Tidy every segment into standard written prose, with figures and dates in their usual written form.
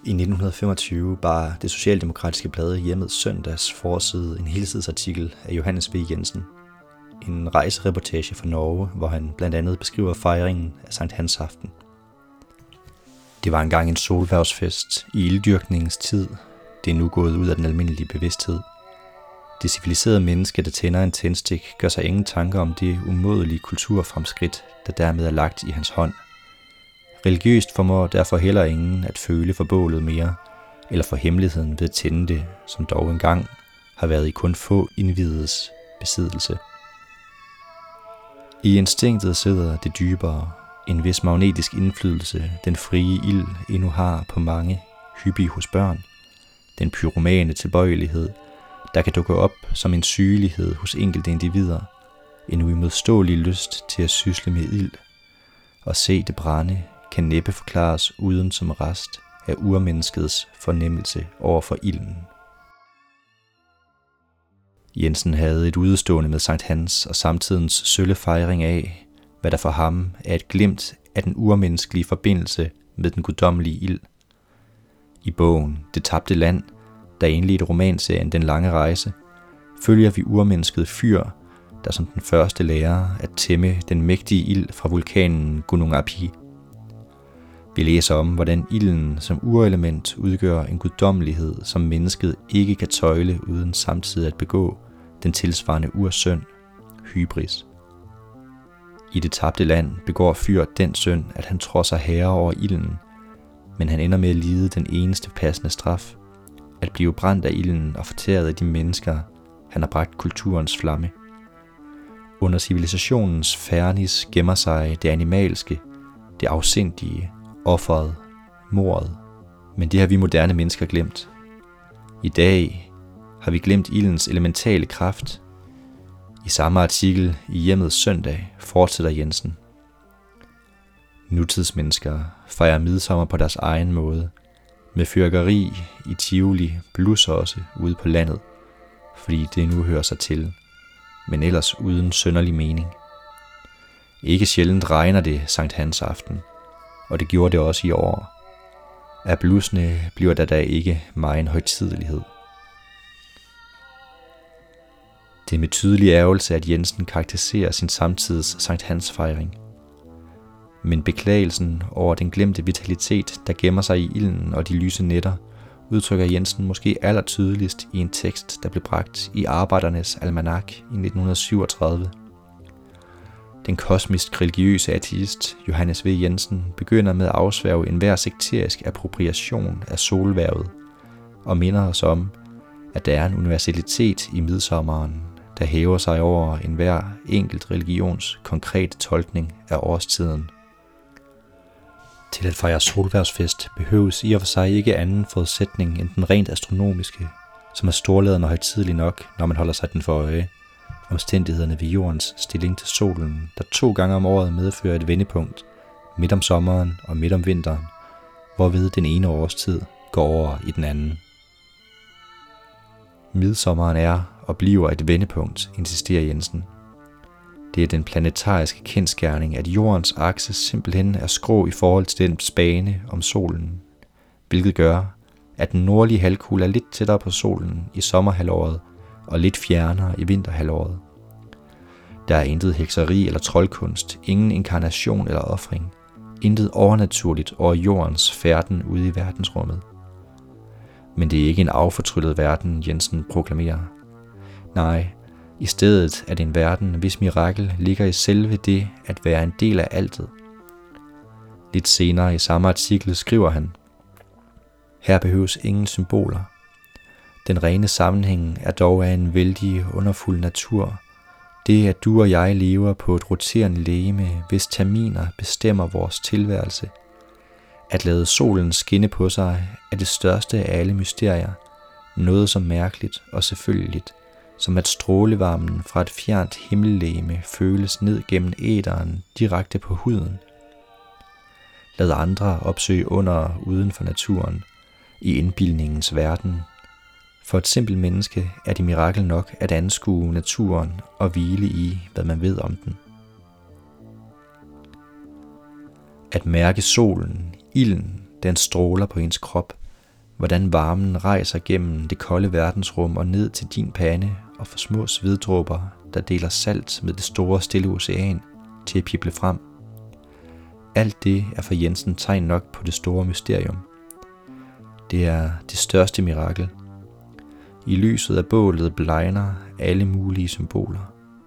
I 1925 bar det socialdemokratiske blad Hjemmets Søndags forside en helsidsartikel af Johannes V. Jensen. En rejsereportage fra Norge, hvor han blandt andet beskriver fejringen af Sankt Hans aften. Det var engang en solværvsfest i ilddyrkningens tid. Det er nu gået ud af den almindelige bevidsthed. Det civiliserede menneske, der tænder en tændstik, gør sig ingen tanker om det umådelige kulturfremskridt, der dermed er lagt i hans hånd. Religiøst formår derfor heller ingen at føle for bålet mere, eller for hemmeligheden ved at tænde det, som dog engang har været i kun få indvidedes besiddelse. I instinktet sidder det dybere, en vis magnetisk indflydelse, den frie ild endnu har på mange, hyppig hos børn, den pyromane tilbøjelighed, der kan dukke op som en sygelighed hos enkelte individer, en uimodståelig lyst til at sysle med ild, og se det brænde kan næppe forklares uden som rest af urmenneskets fornemmelse over for ilden. Jensen havde et udestående med Sankt Hans og samtidens sølle fejring af, hvad der for ham er et glimt af den urmenneskelige forbindelse med den guddommelige ild. I bogen Det tabte land, der indledte romanserien Den lange rejse, følger vi urmennesket Fyr, der som den første lærer at tæmme den mægtige ild fra vulkanen Gunung-Api. Vi læser om, hvordan ilden som urelement udgør en guddommelighed, som mennesket ikke kan tøjle uden samtidig at begå den tilsvarende ursynd, hybris. I Det tabte land begår Fyr den synd, at han tror sig herre over ilden, men han ender med at lide den eneste passende straf, at blive brændt af ilden og fortæret af de mennesker, han har bragt kulturens flamme. Under civilisationens fernis gemmer sig det animalske, det afsindige, offeret, mordet, men det har vi moderne mennesker glemt. I dag har vi glemt ildens elementale kraft. I samme artikel i Hjemmets Søndag fortsætter Jensen. Nutidsmennesker fejrer midsommer på deres egen måde, med fyrværkeri i Tivoli plus også ude på landet, fordi det nu hører sig til, men ellers uden synderlig mening. Ikke sjældent regner det Sankt Hans aften, og det gjorde det også i år. Af blusene bliver der da ikke megen højtidelighed. Det er med tydelig ærgelse, at Jensen karakteriserer sin samtids Sankt Hans fejring. Men beklagelsen over den glemte vitalitet, der gemmer sig i ilden og de lyse nætter, udtrykker Jensen måske allertydeligst i en tekst, der blev bragt i Arbejdernes Almanak i 1937. Den kosmisk religiøse ateist Johannes V. Jensen begynder med at afsværge enhver sekterisk appropriation af solhvervet og minder os om, at der er en universalitet i midsommeren, der hæver sig over enhver enkelt religions konkrete tolkning af årstiden. Til at fejre solhvervsfest behøves i og for sig ikke anden forudsætning end den rent astronomiske, som er storladen og højtidelig nok, når man holder sig den for øje. Omstændighederne ved jordens stilling til solen, der 2 gange om året medfører et vendepunkt, midt om sommeren og midt om vinteren, hvorved den ene årstid går over i den anden. Midsommeren er og bliver et vendepunkt, insisterer Jensen. Det er den planetariske kendsgerning, at jordens akse simpelthen er skrå i forhold til den bane om solen, hvilket gør, at den nordlige halvkugle er lidt tættere på solen i sommerhalvåret og lidt fjernere i vinterhalvåret. Der er intet hekseri eller troldkunst, ingen inkarnation eller ofring, intet overnaturligt over jordens færden ude i verdensrummet. Men det er ikke en affortryllet verden, Jensen proklamerer. Nej, i stedet er det en verden, hvis mirakel ligger i selve det at være en del af altet. Lidt senere i samme artikel skriver han: Her behøves ingen symboler. Den rene sammenhæng er dog af en vældig underfuld natur. Det, at du og jeg lever på et roterende legeme, hvis terminer bestemmer vores tilværelse. At lade solen skinne på sig er det største af alle mysterier. Noget så mærkeligt og selvfølgeligt, som at strålevarmen fra et fjernt himmellegeme føles ned gennem æteren direkte på huden. Lad andre opsøge under uden for naturen, i indbildningens verden. For et simpelt menneske er det mirakel nok at anskue naturen og hvile i, hvad man ved om den. At mærke solen, ilden, den stråler på ens krop, hvordan varmen rejser gennem det kolde verdensrum og ned til din pande og får små sveddråber, der deler salt med det store stille ocean til at pible frem. Alt det er for Jensen tegn nok på det store mysterium. Det er det største mirakel. I lyset af bålet blegner alle mulige symboler.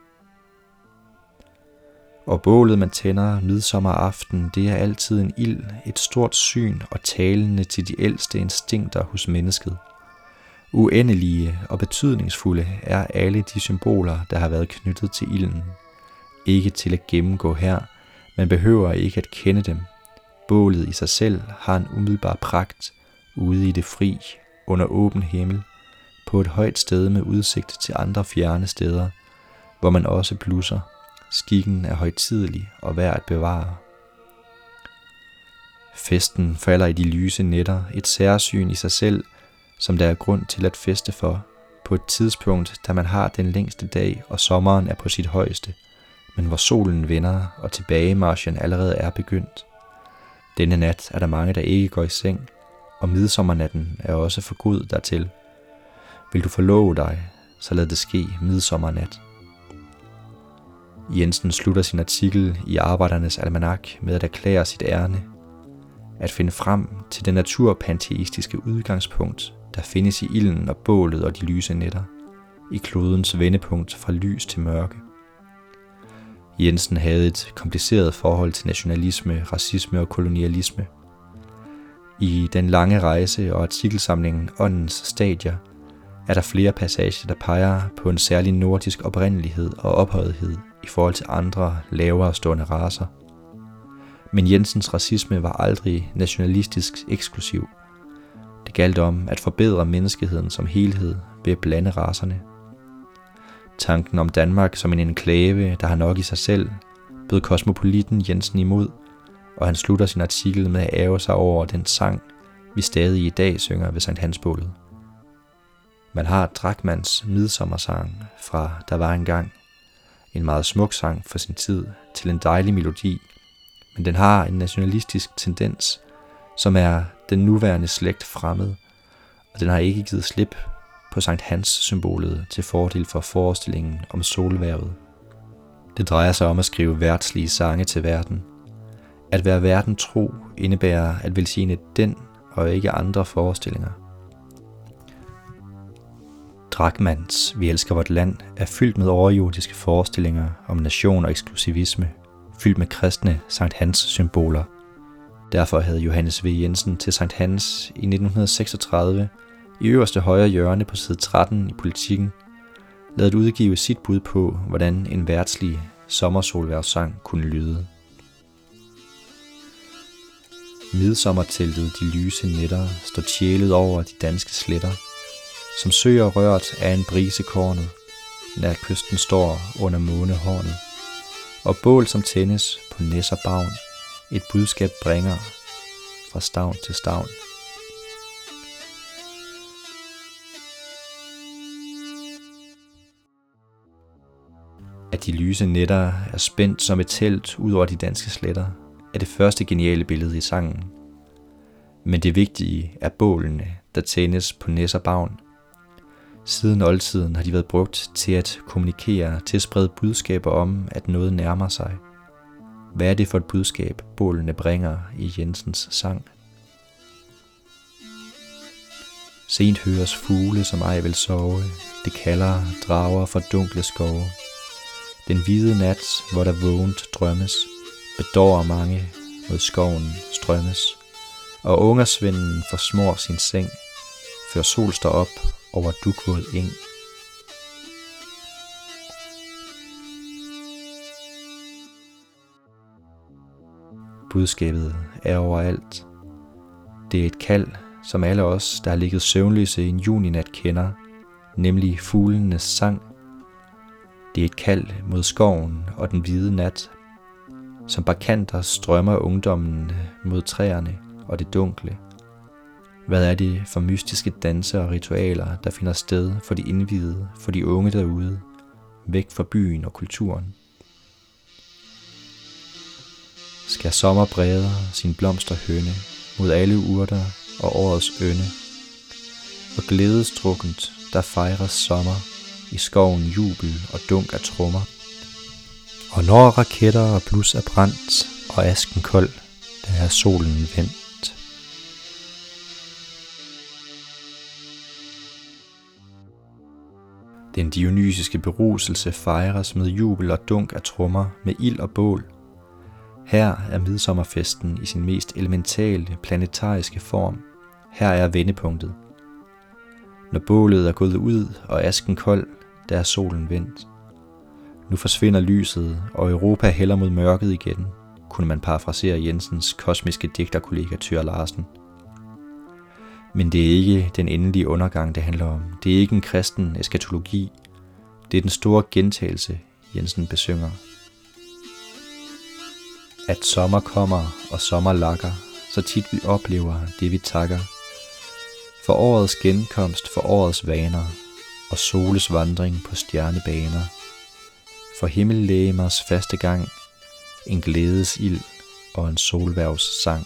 Og bålet, man tænder midsommeraften, det er altid en ild, et stort syn og talende til de ældste instinkter hos mennesket. Uendelige og betydningsfulde er alle de symboler, der har været knyttet til ilden. Ikke til at gennemgå her, man behøver ikke at kende dem. Bålet i sig selv har en umiddelbar pragt, ude i det fri, under åben himmel, på et højt sted med udsigt til andre fjerne steder, hvor man også blusser. Skikken er højtidelig og værd at bevare. Festen falder i de lyse nætter, et særsyn i sig selv, som der er grund til at feste for, på et tidspunkt, da man har den længste dag, og sommeren er på sit højeste, men hvor solen vender, og tilbagemarchen allerede er begyndt. Denne nat er der mange, der ikke går i seng, og midsommernatten er også for god dertil. Vil du forlove dig, så lad det ske midsommernat. Jensen slutter sin artikel i Arbejdernes Almanak med at erklære sit ærne, at finde frem til det naturpanteistiske udgangspunkt, der findes i ilden og bålet og de lyse nætter, i klodens vendepunkt fra lys til mørke. Jensen havde et kompliceret forhold til nationalisme, racisme og kolonialisme. I den lange rejse og artikelsamlingen Åndens Stadier er der flere passager, der peger på en særlig nordisk oprindelighed og ophøjethed i forhold til andre lavere stående racer. Men Jensens racisme var aldrig nationalistisk eksklusiv. Det galt om at forbedre menneskeheden som helhed ved at blande racerne. Tanken om Danmark som en enklave, der har nok i sig selv, bød kosmopolitten Jensen imod, og han slutter sin artikel med at ærge sig over den sang, vi stadig i dag synger ved Sankt Hansbålet. Man har Drachmanns midsommersang fra Der var engang, en meget smuk sang for sin tid, til en dejlig melodi, men den har en nationalistisk tendens, som er den nuværende slægt fremmed, og den har ikke givet slip på Sankt Hans-symbolet til fordel for forestillingen om solværvet. Det drejer sig om at skrive værtslige sange til verden. At være verden tro indebærer at velsigne den og ikke andre forestillinger. Drachmanns Vi elsker vort land er fyldt med overjordiske forestillinger om nation og eksklusivisme, fyldt med kristne Sankt Hans-symboler. Derfor havde Johannes V. Jensen til Sankt Hans i 1936 i øverste højre hjørne på side 13 i Politikken ladet udgive sit bud på, hvordan en værtslig sommersolværvssang kunne lyde. Midsommerteltet de lyse nætter står tjælet over de danske sletter, som søger rørt af en brise kornet, nær kysten står under månehornet, og bål som tændes på næs og bagn, et budskab bringer fra stavn til stavn. At de lyse nætter er spændt som et telt ud over de danske sletter, er det første geniale billede i sangen. Men det vigtige er bålene, der tændes på næs og bagn. Siden oldtiden har de været brugt til at kommunikere, til at sprede budskaber om, at noget nærmer sig. Hvad er det for et budskab, bålene bringer i Jensens sang? Sent høres fugle, som ej vil sove. Det kalder drager fra dunkle skove. Den hvide nat, hvor der vågent drømmes, bedår mange mod skoven strømmes. Og ungersvinden forsmår sin seng, før sol står op over dugvåd eng. Budskabet er overalt. Det er et kald, som alle os, der har ligget søvnløse i en juninat kender, nemlig fuglenes sang. Det er et kald mod skoven og den hvide nat, som bakanter strømmer ungdommen mod træerne og det dunkle. Hvad er det for mystiske danse og ritualer, der finder sted for de indvidede, for de unge derude, væk fra byen og kulturen? Skal sommer breder sin blomsterhønne mod alle urter og årets ynde, og glædestrukkent, der fejres sommer, i skoven jubel og dunk af trommer. Og når raketter og blus er brændt, og asken kold, der er solen vendt. Den dionysiske beruselse fejres med jubel og dunk af trommer, med ild og bål. Her er midsommerfesten i sin mest elementale, planetariske form. Her er vendepunktet. Når bålet er gået ud, og asken kold, der er solen vendt. Nu forsvinder lyset, og Europa hælder mod mørket igen, kunne man parafrasere Jensens kosmiske digterkollega Thøger Larsen. Men det er ikke den endelige undergang, det handler om. Det er ikke en kristen eskatologi. Det er den store gentagelse, Jensen besynger. At sommer kommer og sommer lakker, så tit vi oplever det vi takker. For årets genkomst, for årets vaner, og soles vandring på stjernebaner. For himmellægemers faste gang, en glædes ild og en solværvs sang.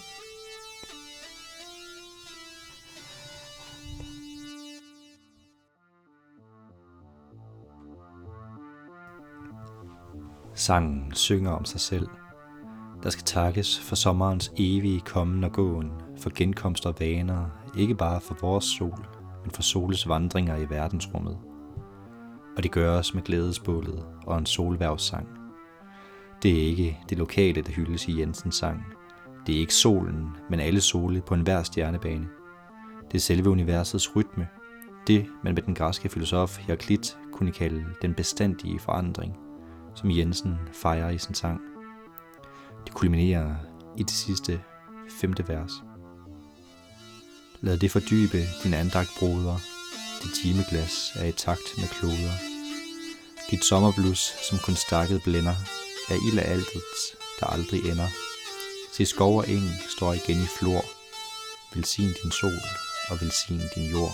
Sangen synger om sig selv. Der skal takkes for sommerens evige kommen og gåen, for genkomst og vaner, ikke bare for vores sol, men for soles vandringer i verdensrummet. Og det gøres med glædesbålet og en solværvssang. Det er ikke det lokale, der hyldes i Jensens sang. Det er ikke solen, men alle sole på enhver stjernebane. Det er selve universets rytme. Det, man med den græske filosof Heraklit kunne kalde den bestandige forandring, som Jensen fejrer i sin sang. Det kulminerer i det sidste 5. vers. Lad det fordybe din andagt, broder. Dit timeglas er i takt med kloder. Dit sommerblus, som kun stakket blænder, er ild af altet, der aldrig ender. Se, skov og eng står igen i flor. Velsign din sol og velsign din jord.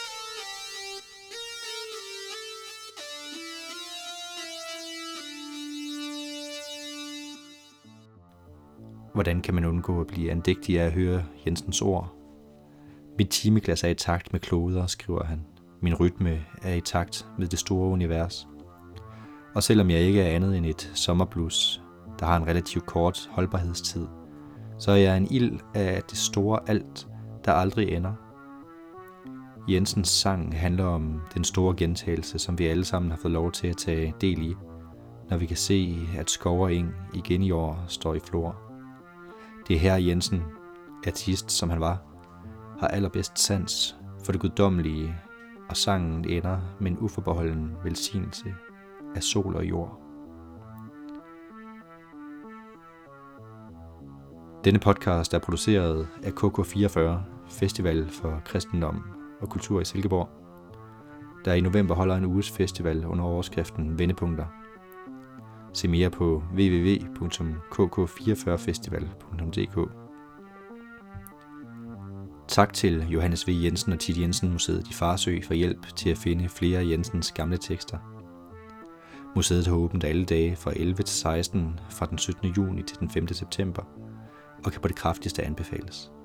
Hvordan kan man undgå at blive andægtig af at høre Jensens ord? Mit timeglas er i takt med kloder, skriver han. Min rytme er i takt med det store univers. Og selvom jeg ikke er andet end et sommerblus, der har en relativt kort holdbarhedstid, så er jeg en ild af det store alt, der aldrig ender. Jensens sang handler om den store gentagelse, som vi alle sammen har fået lov til at tage del i, når vi kan se, at skov og eng igen i år står i flor. Det er her Jensen, artist som han var, har allerbedst sans for det guddommelige, og sangen ender med en uforbeholden velsignelse af sol og jord. Denne podcast er produceret af KK44, Festival for Kristendom og Kultur i Silkeborg, der i november holder en uges festival under overskriften Vendepunkter. Se mere på www.kk44festival.dk. Tak til Johannes V. Jensen og Thit Jensen Museet i Farsø for hjælp til at finde flere af Jensens gamle tekster. Museet har åbent alle dage fra 11 til 16 fra den 17. juni til den 5. september og kan på det kraftigste anbefales.